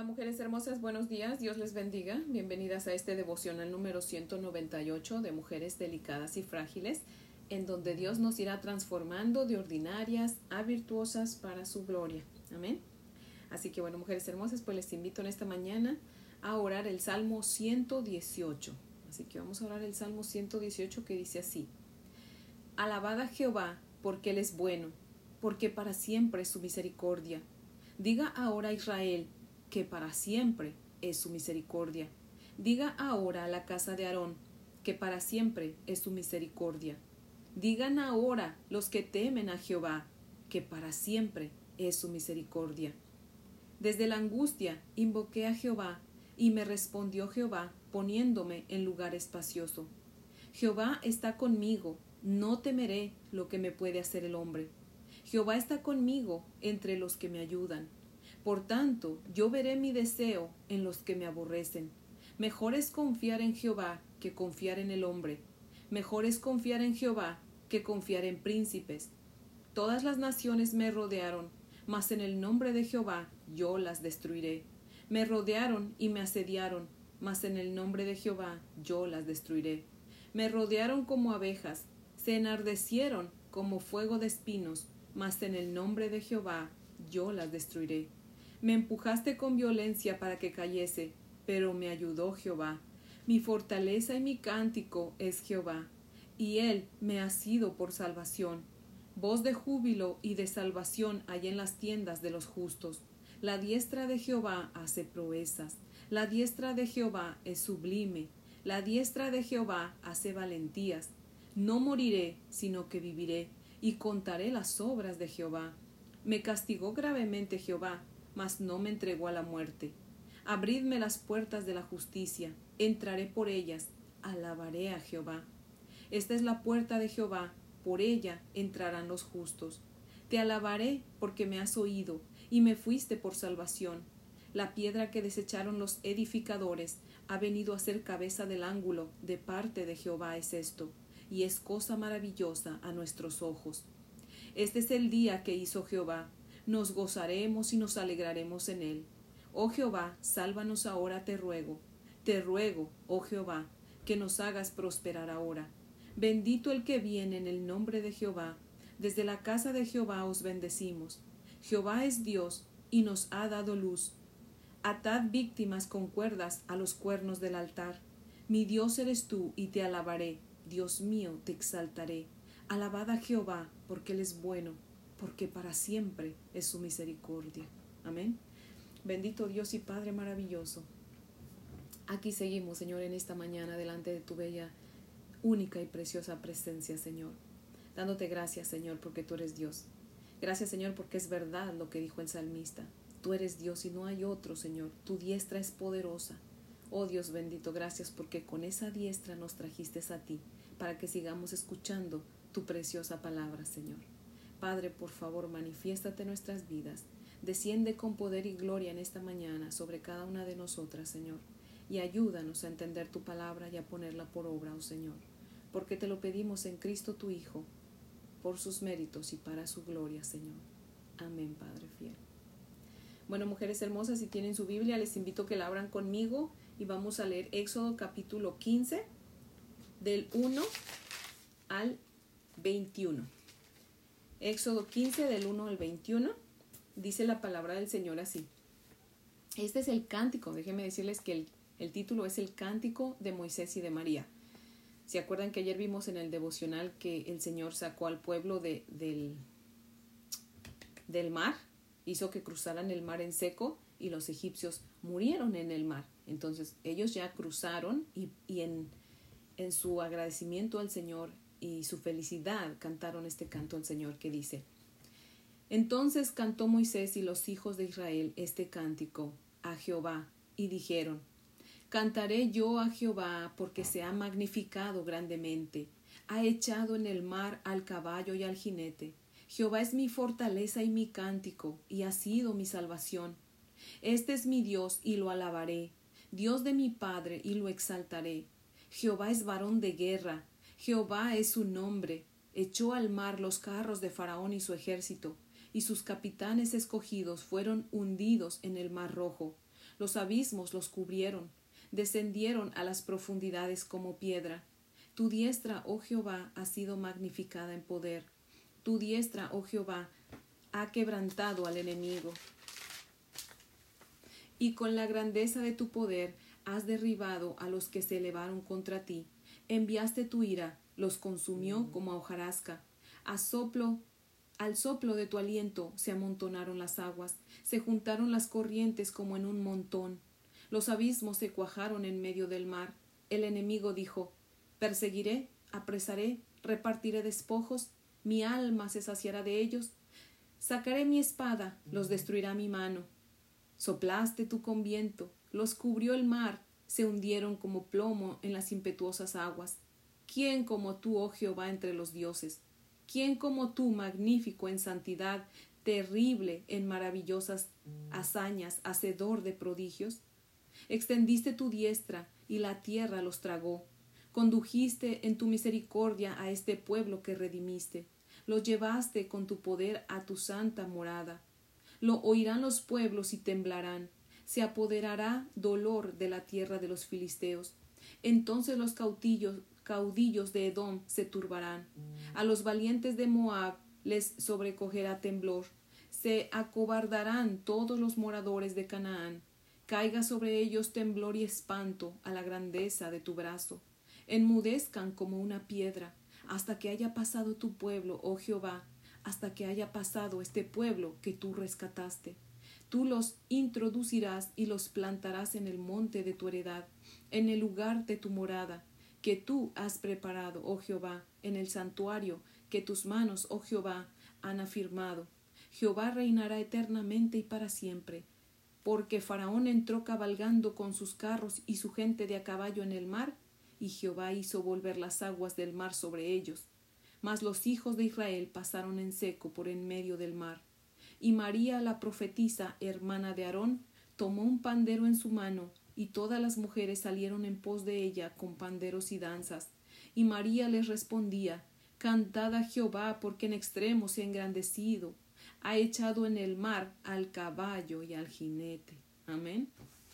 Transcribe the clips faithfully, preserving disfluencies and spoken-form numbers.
Hola mujeres hermosas, buenos días, Dios les bendiga. Bienvenidas a este devocional número ciento noventa y ocho de Mujeres Delicadas y Frágiles, en donde Dios nos irá transformando de ordinarias a virtuosas para su gloria. Amén. Así que bueno, mujeres hermosas, pues les invito en esta mañana a orar el Salmo ciento dieciocho. Así que vamos a orar el Salmo ciento dieciocho, que dice así: Alabad a Jehová, porque Él es bueno, porque para siempre es su misericordia. Diga ahora a Israel, que para siempre es su misericordia. Diga ahora a la casa de Aarón, que para siempre es su misericordia. Digan ahora los que temen a Jehová, que para siempre es su misericordia. Desde la angustia invoqué a Jehová, y me respondió Jehová, poniéndome en lugar espacioso. Jehová está conmigo, no temeré lo que me puede hacer el hombre. Jehová está conmigo entre los que me ayudan. Por tanto, yo veré mi deseo en los que me aborrecen. Mejor es confiar en Jehová que confiar en el hombre. Mejor es confiar en Jehová que confiar en príncipes. Todas las naciones me rodearon, mas en el nombre de Jehová yo las destruiré. Me rodearon y me asediaron, mas en el nombre de Jehová yo las destruiré. Me rodearon como abejas, se enardecieron como fuego de espinos, mas en el nombre de Jehová yo las destruiré. Me empujaste con violencia para que cayese, pero me ayudó Jehová. Mi fortaleza y mi cántico es Jehová, y Él me ha sido por salvación. Voz de júbilo y de salvación hay en las tiendas de los justos. La diestra de Jehová hace proezas. La diestra de Jehová es sublime. La diestra de Jehová hace valentías. No moriré, sino que viviré, y contaré las obras de Jehová. Me castigó gravemente Jehová, mas no me entregó a la muerte. Abridme las puertas de la justicia, entraré por ellas, alabaré a Jehová. Esta es la puerta de Jehová, por ella entrarán los justos. Te alabaré porque me has oído, y me fuiste por salvación. La piedra que desecharon los edificadores ha venido a ser cabeza del ángulo, de parte de Jehová es esto, y es cosa maravillosa a nuestros ojos. Este es el día que hizo Jehová, nos gozaremos y nos alegraremos en él. Oh Jehová, sálvanos ahora, te ruego. Te ruego, oh Jehová, que nos hagas prosperar ahora. Bendito el que viene en el nombre de Jehová. Desde la casa de Jehová os bendecimos. Jehová es Dios y nos ha dado luz. Atad víctimas con cuerdas a los cuernos del altar. Mi Dios eres tú y te alabaré. Dios mío, te exaltaré. Alabad a Jehová, porque Él es bueno, porque para siempre es su misericordia. Amén. Bendito Dios y Padre maravilloso. Aquí seguimos, Señor, en esta mañana delante de tu bella, única y preciosa presencia, Señor. Dándote gracias, Señor, porque tú eres Dios. Gracias, Señor, porque es verdad lo que dijo el salmista. Tú eres Dios y no hay otro, Señor. Tu diestra es poderosa. Oh Dios bendito, gracias porque con esa diestra nos trajiste a ti, para que sigamos escuchando tu preciosa palabra, Señor. Padre, por favor, manifiéstate en nuestras vidas. Desciende con poder y gloria en esta mañana sobre cada una de nosotras, Señor. Y ayúdanos a entender tu palabra y a ponerla por obra, oh Señor. Porque te lo pedimos en Cristo tu Hijo, por sus méritos y para su gloria, Señor. Amén, Padre fiel. Bueno, mujeres hermosas, si tienen su Biblia, les invito a que la abran conmigo y vamos a leer Éxodo capítulo quince, del uno al veintiuno. Éxodo quince, del uno al veintiuno, dice la palabra del Señor así. Este es el cántico, déjenme decirles que el, el título es el Cántico de Moisés y de María. ¿Se acuerdan que ayer vimos en el devocional que el Señor sacó al pueblo de, del, del mar? Hizo que cruzaran el mar en seco y los egipcios murieron en el mar. Entonces ellos ya cruzaron y, y en, en su agradecimiento al Señor y su felicidad cantaron este canto al Señor que dice: Entonces cantó Moisés y los hijos de Israel este cántico a Jehová y dijeron: Cantaré yo a Jehová porque se ha magnificado grandemente, ha echado en el mar al caballo y al jinete. Jehová es mi fortaleza y mi cántico, y ha sido mi salvación. Este es mi Dios y lo alabaré, Dios de mi Padre y lo exaltaré. Jehová es varón de guerra, Jehová es su nombre. Echó al mar los carros de Faraón y su ejército, y sus capitanes escogidos fueron hundidos en el mar rojo. Los abismos los cubrieron, descendieron a las profundidades como piedra. Tu diestra, oh Jehová, ha sido magnificada en poder. Tu diestra, oh Jehová, ha quebrantado al enemigo. Y con la grandeza de tu poder has derribado a los que se elevaron contra ti. Enviaste tu ira, los consumió como a hojarasca. A soplo, al soplo de tu aliento se amontonaron las aguas, se juntaron las corrientes como en un montón. Los abismos se cuajaron en medio del mar. El enemigo dijo: perseguiré, apresaré, repartiré despojos, mi alma se saciará de ellos. Sacaré mi espada, los destruirá mi mano. Soplaste tú con viento, los cubrió el mar, se hundieron como plomo en las impetuosas aguas. ¿Quién como tú, oh Jehová, entre los dioses? ¿Quién como tú, magnífico en santidad, terrible en maravillosas hazañas, hacedor de prodigios? Extendiste tu diestra y la tierra los tragó. Condujiste en tu misericordia a este pueblo que redimiste. Lo llevaste con tu poder a tu santa morada. Lo oirán los pueblos y temblarán. Se apoderará dolor de la tierra de los filisteos. Entonces los cautillos, caudillos de Edom se turbarán. A los valientes de Moab les sobrecogerá temblor. Se acobardarán todos los moradores de Canaán. Caiga sobre ellos temblor y espanto a la grandeza de tu brazo. Enmudezcan como una piedra, hasta que haya pasado tu pueblo, oh Jehová, hasta que haya pasado este pueblo que tú rescataste. Tú los introducirás y los plantarás en el monte de tu heredad, en el lugar de tu morada, que tú has preparado, oh Jehová, en el santuario que tus manos, oh Jehová, han afirmado. Jehová reinará eternamente y para siempre, porque Faraón entró cabalgando con sus carros y su gente de a caballo en el mar, y Jehová hizo volver las aguas del mar sobre ellos. Mas los hijos de Israel pasaron en seco por en medio del mar. Y María la profetisa, hermana de Aarón, tomó un pandero en su mano, y todas las mujeres salieron en pos de ella con panderos y danzas. Y María les respondía: cantad a Jehová, porque en extremo se ha engrandecido, ha echado en el mar al caballo y al jinete. Amén.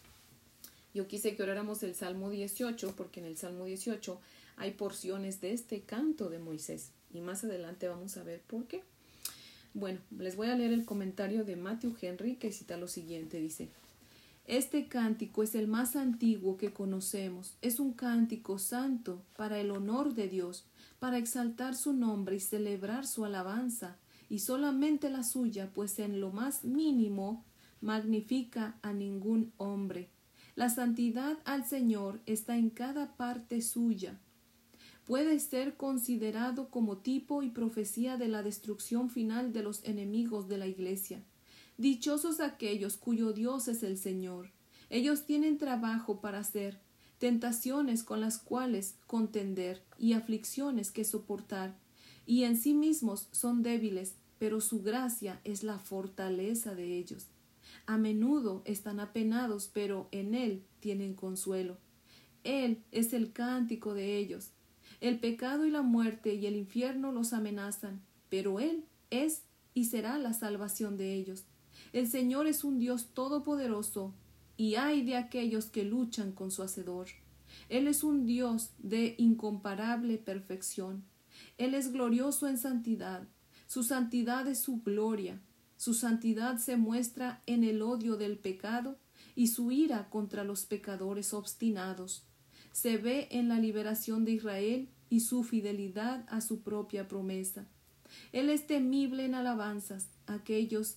Yo quise que oráramos el Salmo dieciocho, porque en el Salmo dieciocho hay porciones de este canto de Moisés. Y más adelante vamos a ver por qué. Bueno, les voy a leer el comentario de Matthew Henry, que cita lo siguiente. Dice: este cántico es el más antiguo que conocemos. Es un cántico santo para el honor de Dios, para exaltar su nombre y celebrar su alabanza, y solamente la suya, pues en lo más mínimo magnifica a ningún hombre. La santidad al Señor está en cada parte suya. Puede ser considerado como tipo y profecía de la destrucción final de los enemigos de la Iglesia. Dichosos aquellos cuyo Dios es el Señor. Ellos tienen trabajo para hacer, tentaciones con las cuales contender y aflicciones que soportar, y en sí mismos son débiles, pero su gracia es la fortaleza de ellos. A menudo están apenados, pero en Él tienen consuelo. Él es el cántico de ellos. El pecado y la muerte y el infierno los amenazan, pero Él es y será la salvación de ellos. El Señor es un Dios todopoderoso, y ay de aquellos que luchan con su Hacedor. Él es un Dios de incomparable perfección. Él es glorioso en santidad. Su santidad es su gloria. Su santidad se muestra en el odio del pecado y su ira contra los pecadores obstinados. Se ve en la liberación de Israel y su fidelidad a su propia promesa. Él es temible en alabanzas, aquellos,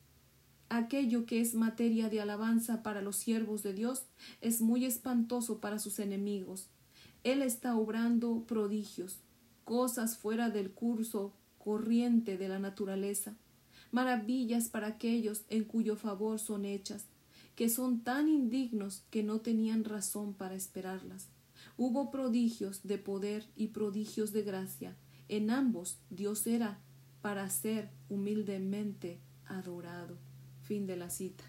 aquello que es materia de alabanza para los siervos de Dios es muy espantoso para sus enemigos. Él está obrando prodigios, cosas fuera del curso corriente de la naturaleza, maravillas para aquellos en cuyo favor son hechas, que son tan indignos que no tenían razón para esperarlas. Hubo prodigios de poder y prodigios de gracia. En ambos Dios era para ser humildemente adorado. Fin de la cita.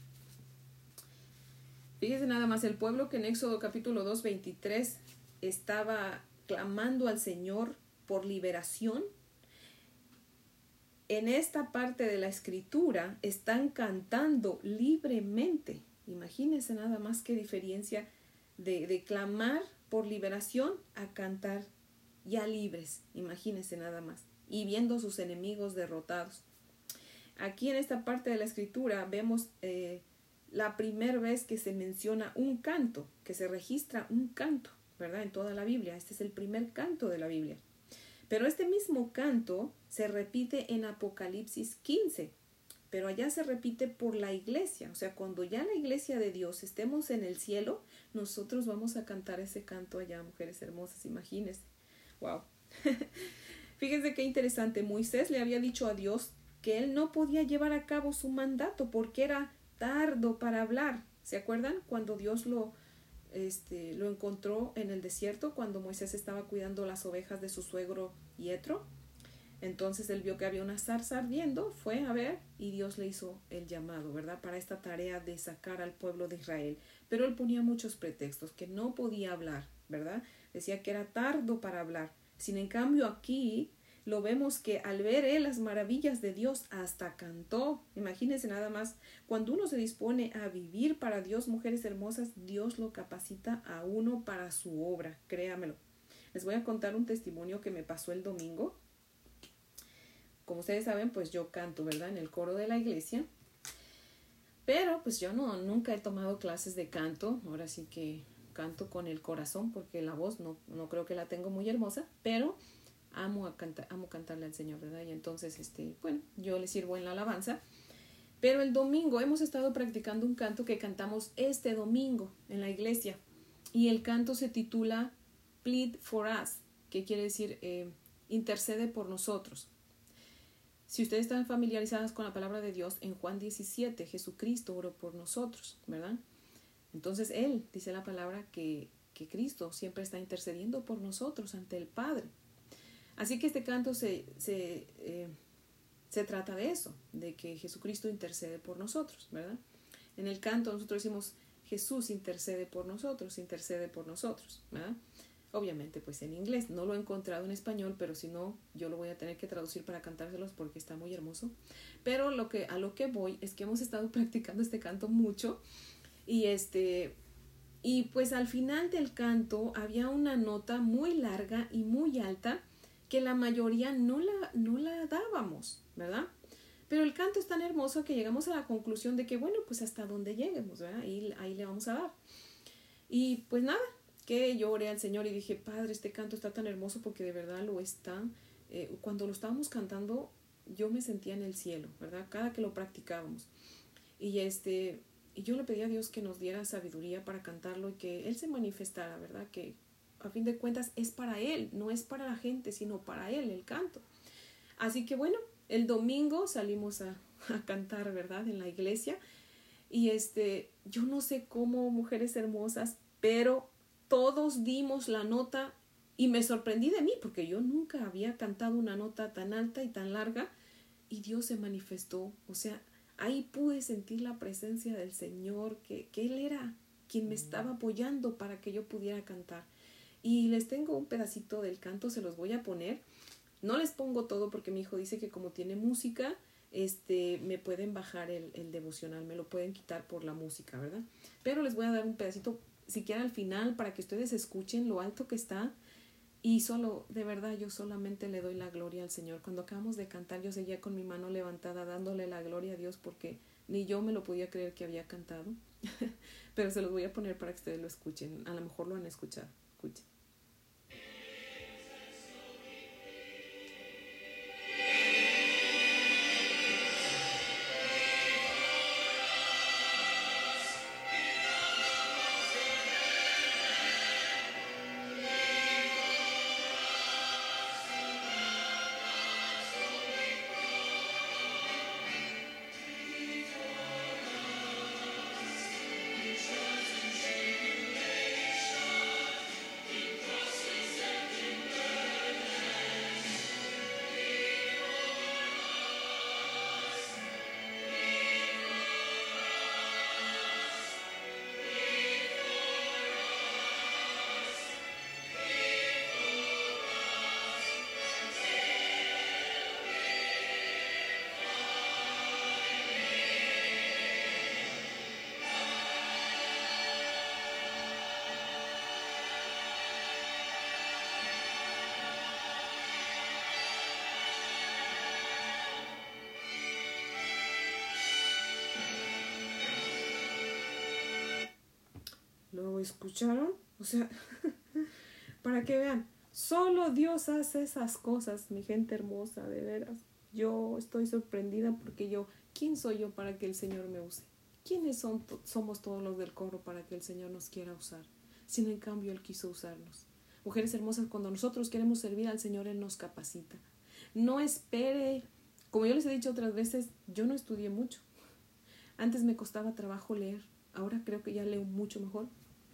Fíjese nada más, el pueblo que en Éxodo capítulo dos, veintitrés estaba clamando al Señor por liberación, en esta parte de la escritura están cantando libremente Imagínense nada más qué diferencia de, de clamar por liberación a cantar ya libres. Imagínense nada más. Y viendo sus enemigos derrotados. Aquí en esta parte de la escritura vemos eh, la primera vez que se menciona un canto, que se registra un canto, ¿verdad? En toda la Biblia. Este es el primer canto de la Biblia. Pero este mismo canto se repite en Apocalipsis quince, pero allá se repite por la iglesia. O sea, cuando ya la iglesia de Dios estemos en el cielo, nosotros vamos a cantar ese canto allá, mujeres hermosas, imagínense. Wow. Fíjense qué interesante. Moisés le había dicho a Dios que él no podía llevar a cabo su mandato porque era tardo para hablar. ¿Se acuerdan? Cuando Dios lo... Este, lo encontró en el desierto cuando Moisés estaba cuidando las ovejas de su suegro Yetro. Entonces él vio que había una zarza ardiendo, fue a ver y Dios le hizo el llamado, ¿verdad? Para esta tarea de sacar al pueblo de Israel. Pero él ponía muchos pretextos, que no podía hablar, ¿verdad? Decía que era tardo para hablar. Sin en cambio aquí lo vemos que al ver él las maravillas de Dios hasta cantó. Imagínense nada más, cuando uno se dispone a vivir para Dios, mujeres hermosas, Dios lo capacita a uno para su obra, créamelo. Les voy a contar un testimonio que me pasó el domingo. Como ustedes saben, pues yo canto, ¿verdad? En el coro de la iglesia. Pero pues yo no, nunca he tomado clases de canto. Ahora sí que canto con el corazón porque la voz no, no creo que la tengo muy hermosa, pero amo a cantar, amo cantarle al Señor, ¿verdad? Y entonces, este, bueno, yo le sirvo en la alabanza. Pero el domingo hemos estado practicando un canto que cantamos este domingo en la iglesia. Y el canto se titula Plead for Us, que quiere decir eh, intercede por nosotros. Si ustedes están familiarizadas con la palabra de Dios, en Juan diecisiete, Jesucristo oró por nosotros, ¿verdad? Entonces Él dice la palabra que, que Cristo siempre está intercediendo por nosotros ante el Padre. Así que este canto se, se, eh, se trata de eso, de que Jesucristo intercede por nosotros, ¿verdad? En el canto nosotros decimos, Jesús intercede por nosotros, intercede por nosotros, ¿verdad? Obviamente pues en inglés, no lo he encontrado en español, pero si no, yo lo voy a tener que traducir para cantárselos porque está muy hermoso. Pero lo que, a lo que voy es que hemos estado practicando este canto mucho y este... Y pues al final del canto había una nota muy larga y muy alta que la mayoría no la, no la dábamos, ¿verdad? Pero el canto es tan hermoso que llegamos a la conclusión de que, bueno, pues hasta donde lleguemos, ¿verdad? Ahí, ahí le vamos a dar. Y pues nada, que yo oré al Señor y dije, Padre, este canto está tan hermoso porque de verdad lo está. Eh, cuando lo estábamos cantando, yo me sentía en el cielo, ¿verdad? Cada que lo practicábamos. Y este... Y yo le pedí a Dios que nos diera sabiduría para cantarlo y que Él se manifestara, ¿verdad? Que a fin de cuentas es para Él, no es para la gente, sino para Él el canto. Así que bueno, el domingo salimos a, a cantar, ¿verdad? En la iglesia. Y este, yo no sé cómo, mujeres hermosas, pero todos dimos la nota y me sorprendí de mí porque yo nunca había cantado una nota tan alta y tan larga y Dios se manifestó, o sea, ahí pude sentir la presencia del Señor, que, que Él era quien me estaba apoyando para que yo pudiera cantar. Y les tengo un pedacito del canto, se los voy a poner. No les pongo todo porque mi hijo dice que como tiene música, este, me pueden bajar el, el devocional, me lo pueden quitar por la música, ¿verdad? Pero les voy a dar un pedacito, siquiera al final, para que ustedes escuchen lo alto que está. Y solo, de verdad, yo solamente le doy la gloria al Señor. Cuando acabamos de cantar, yo seguía con mi mano levantada dándole la gloria a Dios porque ni yo me lo podía creer que había cantado. Pero se los voy a poner para que ustedes lo escuchen. A lo mejor lo han escuchado. Escuchen. ¿Lo escucharon? O sea, para que vean, solo Dios hace esas cosas, mi gente hermosa, de veras. Yo estoy sorprendida porque yo, ¿quién soy yo para que el Señor me use? ¿Quiénes son, somos todos los del coro para que el Señor nos quiera usar? Sino en cambio Él quiso usarnos. Mujeres hermosas, cuando nosotros queremos servir al Señor, Él nos capacita. No espere, como yo les he dicho otras veces, yo no estudié mucho. Antes me costaba trabajo leer, ahora creo que ya leo mucho mejor,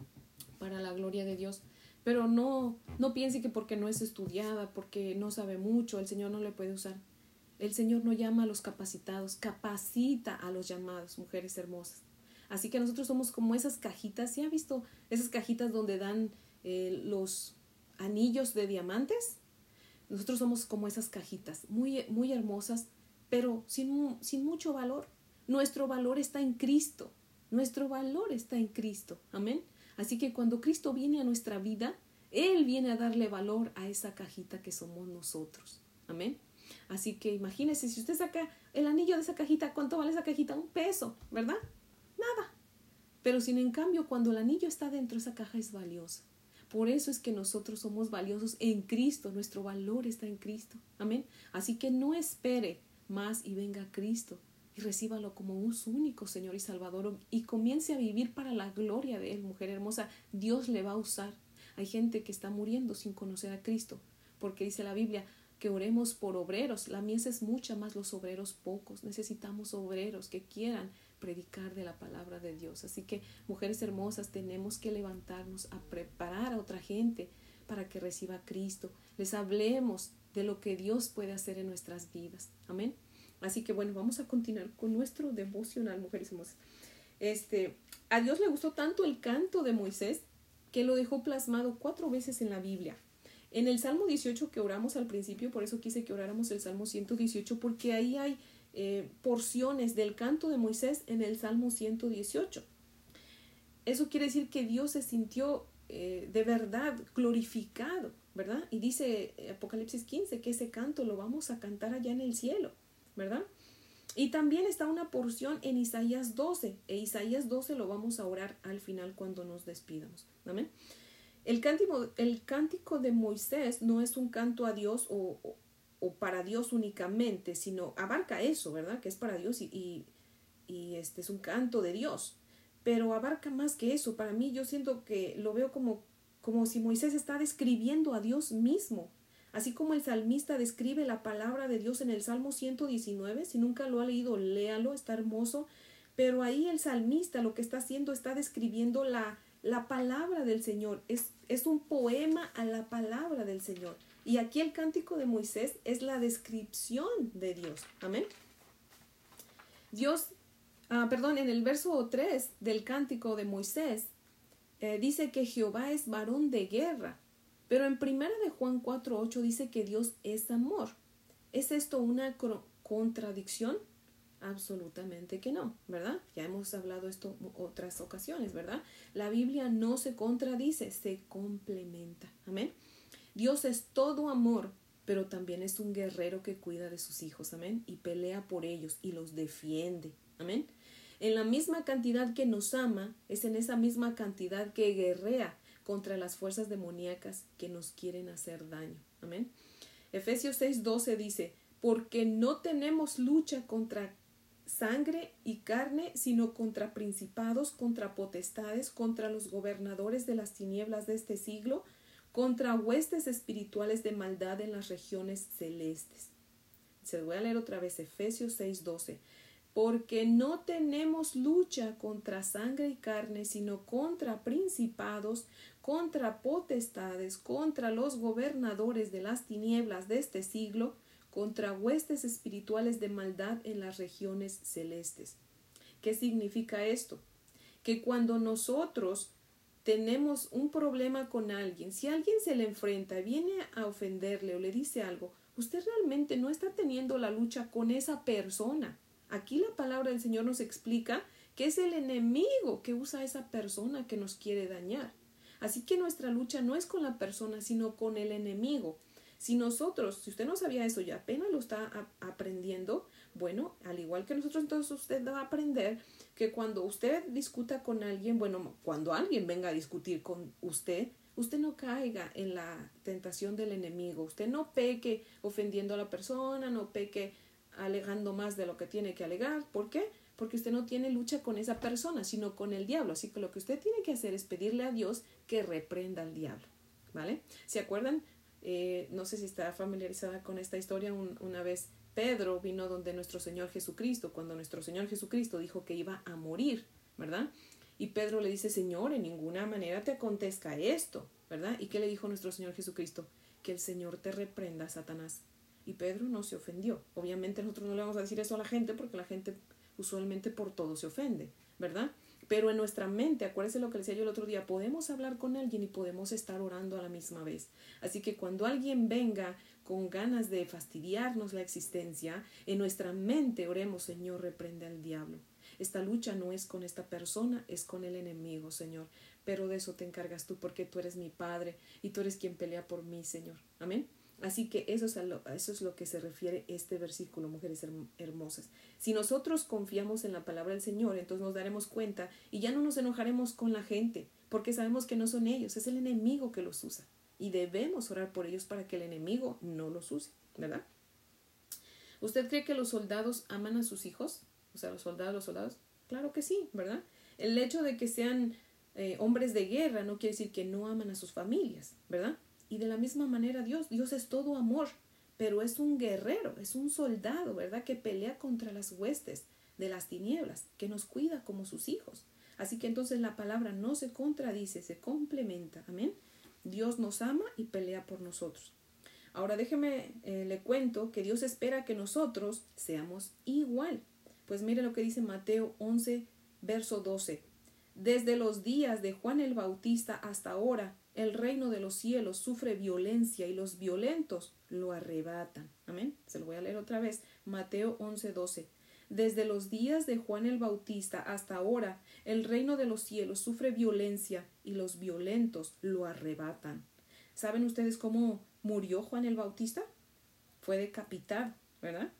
para la gloria de Dios. Pero no, no piense que porque no es estudiada, porque no sabe mucho, el Señor no le puede usar. El Señor no llama a los capacitados, capacita a los llamados, mujeres hermosas. Así que nosotros somos como esas cajitas. ¿Sí ha visto esas cajitas donde dan eh, los anillos de diamantes? Nosotros somos como esas cajitas, muy, muy hermosas, pero sin, sin mucho valor. Nuestro valor está en Cristo. Nuestro valor está en Cristo. Amén. Así que cuando Cristo viene a nuestra vida, Él viene a darle valor a esa cajita que somos nosotros. Amén. Así que imagínese, si usted saca el anillo de esa cajita, ¿cuánto vale esa cajita? Un peso, ¿verdad? Nada. Pero sin en cambio, cuando el anillo está dentro, esa caja es valiosa. Por eso es que nosotros somos valiosos en Cristo. Nuestro valor está en Cristo. Amén. Así que no espere más y venga a Cristo y recíbalo como un único Señor y Salvador y comience a vivir para la gloria de Él, mujer hermosa. Dios le va a usar. Hay gente que está muriendo sin conocer a Cristo, porque dice la Biblia que oremos por obreros. La mies es mucha, más los obreros pocos. Necesitamos obreros que quieran predicar de la palabra de Dios. Así que, mujeres hermosas, tenemos que levantarnos a preparar a otra gente para que reciba a Cristo. Les hablemos de lo que Dios puede hacer en nuestras vidas. Amén. Así que bueno, vamos a continuar con nuestro devocional, mujeres hermosas. Este, a Dios le gustó tanto el canto de Moisés que lo dejó plasmado cuatro veces en la Biblia. En el Salmo dieciocho que oramos al principio, por eso quise que oráramos el Salmo ciento dieciocho, porque ahí hay eh, porciones del canto de Moisés en el Salmo ciento dieciocho. Eso quiere decir que Dios se sintió eh, de verdad glorificado, ¿verdad? Y dice Apocalipsis quince que ese canto lo vamos a cantar allá en el cielo, ¿verdad? Y también está una porción en Isaías doce, e Isaías doce lo vamos a orar al final cuando nos despidamos. ¿Amén? El cántico, el cántico de Moisés no es un canto a Dios o, o, o para Dios únicamente, sino abarca eso, ¿verdad? Que es para Dios y, y, y este es un canto de Dios, pero abarca más que eso. Para mí, yo siento que lo veo como, como si Moisés está describiendo a Dios mismo. Así como el salmista describe la palabra de Dios en el Salmo ciento diecinueve, si nunca lo ha leído, léalo, está hermoso. Pero ahí el salmista lo que está haciendo, está describiendo la, la palabra del Señor. Es, es un poema a la palabra del Señor. Y aquí el cántico de Moisés es la descripción de Dios. Amén. Dios, ah, perdón, en el verso tres del cántico de Moisés, eh, dice que Jehová es varón de guerra. Pero en primera de Juan cuatro ocho dice que Dios es amor. ¿Es esto una contradicción? Absolutamente que no, ¿verdad? Ya hemos hablado esto en otras ocasiones, ¿verdad? La Biblia no se contradice, se complementa. Amén. Dios es todo amor, pero también es un guerrero que cuida de sus hijos. Amén. Y pelea por ellos y los defiende. Amén. En la misma cantidad que nos ama, es en esa misma cantidad que guerrea contra las fuerzas demoníacas que nos quieren hacer daño. Amén. Efesios seis doce dice, porque no tenemos lucha contra sangre y carne, sino contra principados, contra potestades, contra los gobernadores de las tinieblas de este siglo, contra huestes espirituales de maldad en las regiones celestes. Se lo voy a leer otra vez, Efesios seis doce. Porque no tenemos lucha contra sangre y carne, sino contra principados, contra potestades, contra los gobernadores de las tinieblas de este siglo, contra huestes espirituales de maldad en las regiones celestes. ¿Qué significa esto? Que cuando nosotros tenemos un problema con alguien, si alguien se le enfrenta, viene a ofenderle o le dice algo, usted realmente no está teniendo la lucha con esa persona. Aquí la palabra del Señor nos explica que es el enemigo que usa a esa persona que nos quiere dañar. Así que nuestra lucha no es con la persona, sino con el enemigo. Si nosotros, si usted no sabía eso y apenas lo está a- aprendiendo, Bueno, al igual que nosotros, entonces usted va a aprender que cuando usted discuta con alguien, bueno, cuando alguien venga a discutir con usted, usted no caiga en la tentación del enemigo. Usted no peque ofendiendo a la persona, no peque alegando más de lo que tiene que alegar. ¿Por qué? Porque usted no tiene lucha con esa persona, sino con el diablo. Así que lo que usted tiene que hacer es pedirle a Dios que reprenda al diablo, ¿vale? ¿Se acuerdan? Eh, no sé si está familiarizada con esta historia. Un, una vez Pedro vino donde nuestro Señor Jesucristo, cuando nuestro Señor Jesucristo dijo que iba a morir, ¿verdad? Y Pedro le dice, Señor, en ninguna manera te acontezca esto, ¿verdad? ¿Y qué le dijo nuestro Señor Jesucristo? Que el Señor te reprenda, Satanás. Y Pedro no se ofendió. Obviamente nosotros no le vamos a decir eso a la gente porque la gente usualmente por todo se ofende, ¿verdad? Pero en nuestra mente, acuérdense lo que les decía yo el otro día, podemos hablar con alguien y podemos estar orando a la misma vez. Así que cuando alguien venga con ganas de fastidiarnos la existencia, en nuestra mente oremos, Señor, reprende al diablo. Esta lucha no es con esta persona, es con el enemigo, Señor. Pero de eso te encargas tú porque tú eres mi Padre y tú eres quien pelea por mí, Señor. Amén. Así que eso es, a lo, a eso es lo que se refiere este versículo, mujeres hermosas. Si nosotros confiamos en la palabra del Señor, entonces nos daremos cuenta y ya no nos enojaremos con la gente, porque sabemos que no son ellos, es el enemigo que los usa. Y debemos orar por ellos para que el enemigo no los use, ¿verdad? ¿Usted cree que los soldados aman a sus hijos? O sea, los soldados, los soldados. Claro que sí, ¿verdad? El hecho de que sean eh, hombres de guerra no quiere decir que no aman a sus familias, ¿verdad? Y de la misma manera Dios, Dios es todo amor, pero es un guerrero, es un soldado, ¿verdad? Que pelea contra las huestes de las tinieblas, que nos cuida como sus hijos. Así que entonces la palabra no se contradice, se complementa, amén. Dios nos ama y pelea por nosotros. Ahora déjeme, eh, le cuento que Dios espera que nosotros seamos igual. Pues mire lo que dice Mateo once, verso doce. Desde los días de Juan el Bautista hasta ahora, el reino de los cielos sufre violencia y los violentos lo arrebatan. Amén. Se lo voy a leer otra vez. Mateo once, doce. Desde los días de Juan el Bautista hasta ahora, el reino de los cielos sufre violencia y los violentos lo arrebatan. ¿Saben ustedes cómo murió Juan el Bautista? Fue decapitado, ¿verdad?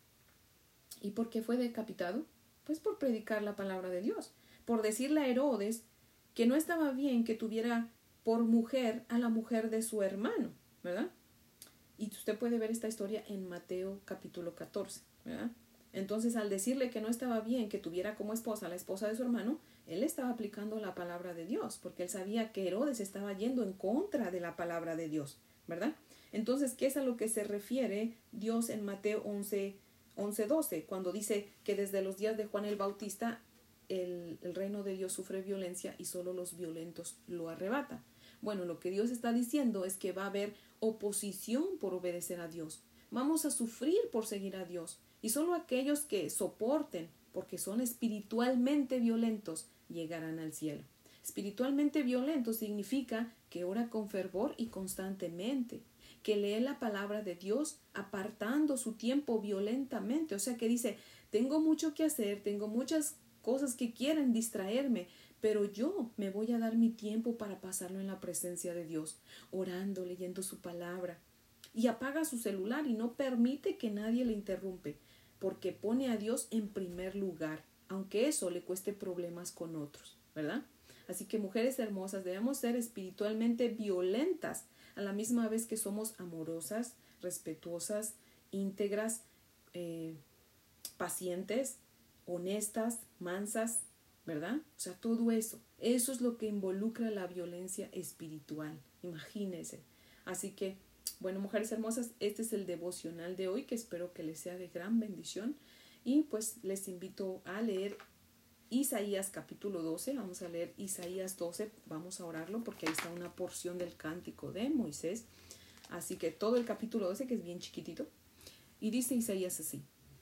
¿Y por qué fue decapitado? Pues por predicar la palabra de Dios. Por decirle a Herodes que no estaba bien que tuviera por mujer a la mujer de su hermano, ¿verdad? Y usted puede ver esta historia en Mateo capítulo catorce, ¿verdad? Entonces, al decirle que no estaba bien que tuviera como esposa a la esposa de su hermano, él estaba aplicando la palabra de Dios, porque él sabía que Herodes estaba yendo en contra de la palabra de Dios, ¿verdad? Entonces, ¿qué es a lo que se refiere Dios en Mateo once, doce? Cuando dice que desde los días de Juan el Bautista, el, el reino de Dios sufre violencia y solo los violentos lo arrebatan. Bueno, lo que Dios está diciendo es que va a haber oposición por obedecer a Dios. Vamos a sufrir por seguir a Dios. Y solo aquellos que soporten, porque son espiritualmente violentos, llegarán al cielo. Espiritualmente violento significa que ora con fervor y constantemente, que lee la palabra de Dios apartando su tiempo violentamente. O sea que dice, tengo mucho que hacer, tengo muchas cosas que quieren distraerme, pero yo me voy a dar mi tiempo para pasarlo en la presencia de Dios, orando, leyendo su palabra. Y apaga su celular y no permite que nadie le interrumpe, porque pone a Dios en primer lugar, aunque eso le cueste problemas con otros, ¿verdad? Así que mujeres hermosas, debemos ser espiritualmente violentas, a la misma vez que somos amorosas, respetuosas, íntegras, eh, pacientes, honestas, mansas, ¿verdad? O sea, todo eso, eso es lo que involucra la violencia espiritual, imagínense. Así que, bueno, mujeres hermosas, este es el devocional de hoy que espero que les sea de gran bendición y pues les invito a leer Isaías capítulo doce, vamos a leer Isaías doce, vamos a orarlo porque ahí está una porción del cántico de Moisés, así que todo el capítulo doce que es bien chiquitito y dice Isaías así: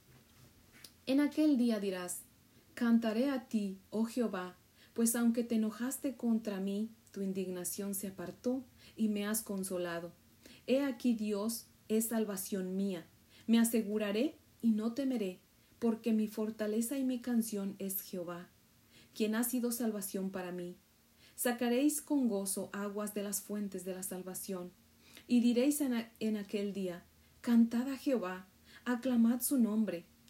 En aquel día dirás, cantaré a ti, oh Jehová, pues aunque te enojaste contra mí, tu indignación se apartó y me has consolado. He aquí Dios es salvación mía. Me aseguraré y no temeré, porque mi fortaleza y mi canción es Jehová, quien ha sido salvación para mí. Sacaréis con gozo aguas de las fuentes de la salvación, y diréis en, a, en aquel día, cantad a Jehová, aclamad su nombre,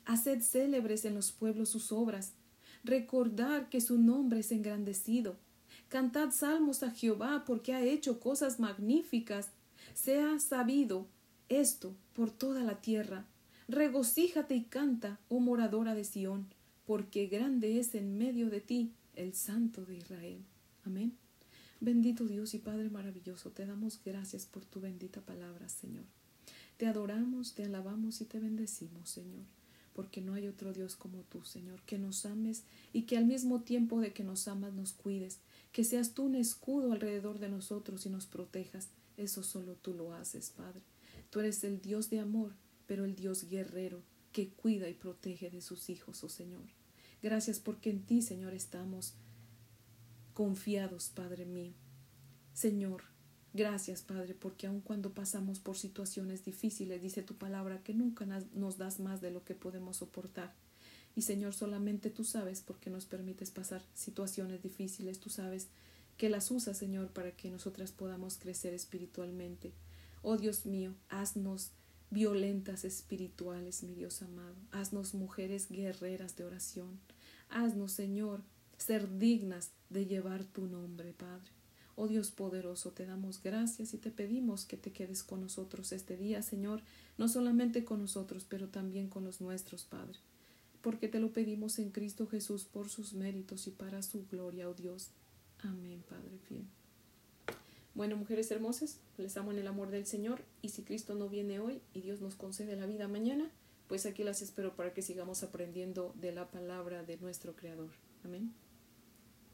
Haced célebres en los pueblos sus obras. Recordad que su nombre es engrandecido. Cantad salmos a Jehová porque ha hecho cosas magníficas. Sea sabido esto por toda la tierra. Regocíjate y canta, oh moradora de Sión, porque grande es en medio de ti el Santo de Israel. Amén. Bendito Dios y Padre maravilloso, te damos gracias por tu bendita palabra, Señor. Te adoramos, te alabamos y te bendecimos, Señor, porque no hay otro Dios como tú, Señor, que nos ames y que al mismo tiempo de que nos amas nos cuides, que seas tú un escudo alrededor de nosotros y nos protejas. Eso solo tú lo haces, Padre. Tú eres el Dios de amor, pero el Dios guerrero que cuida y protege de sus hijos, oh Señor. Gracias porque en ti, Señor, estamos confiados, Padre mío. Señor, gracias, Padre, porque aun cuando pasamos por situaciones difíciles, dice tu palabra que nunca nos das más de lo que podemos soportar. Y Señor, solamente tú sabes por qué nos permites pasar situaciones difíciles. Tú sabes que las usas, Señor, para que nosotras podamos crecer espiritualmente. Oh Dios mío, haznos violentas espirituales, mi Dios amado. Haznos mujeres guerreras de oración. Haznos, Señor, ser dignas de llevar tu nombre, Padre. Oh Dios poderoso, te damos gracias y te pedimos que te quedes con nosotros este día, Señor, no solamente con nosotros, pero también con los nuestros, Padre, porque te lo pedimos en Cristo Jesús por sus méritos y para su gloria, oh Dios. Amén, Padre fiel. Bueno, mujeres hermosas, les amo en el amor del Señor, y si Cristo no viene hoy y Dios nos concede la vida mañana, pues aquí las espero para que sigamos aprendiendo de la palabra de nuestro Creador. Amén.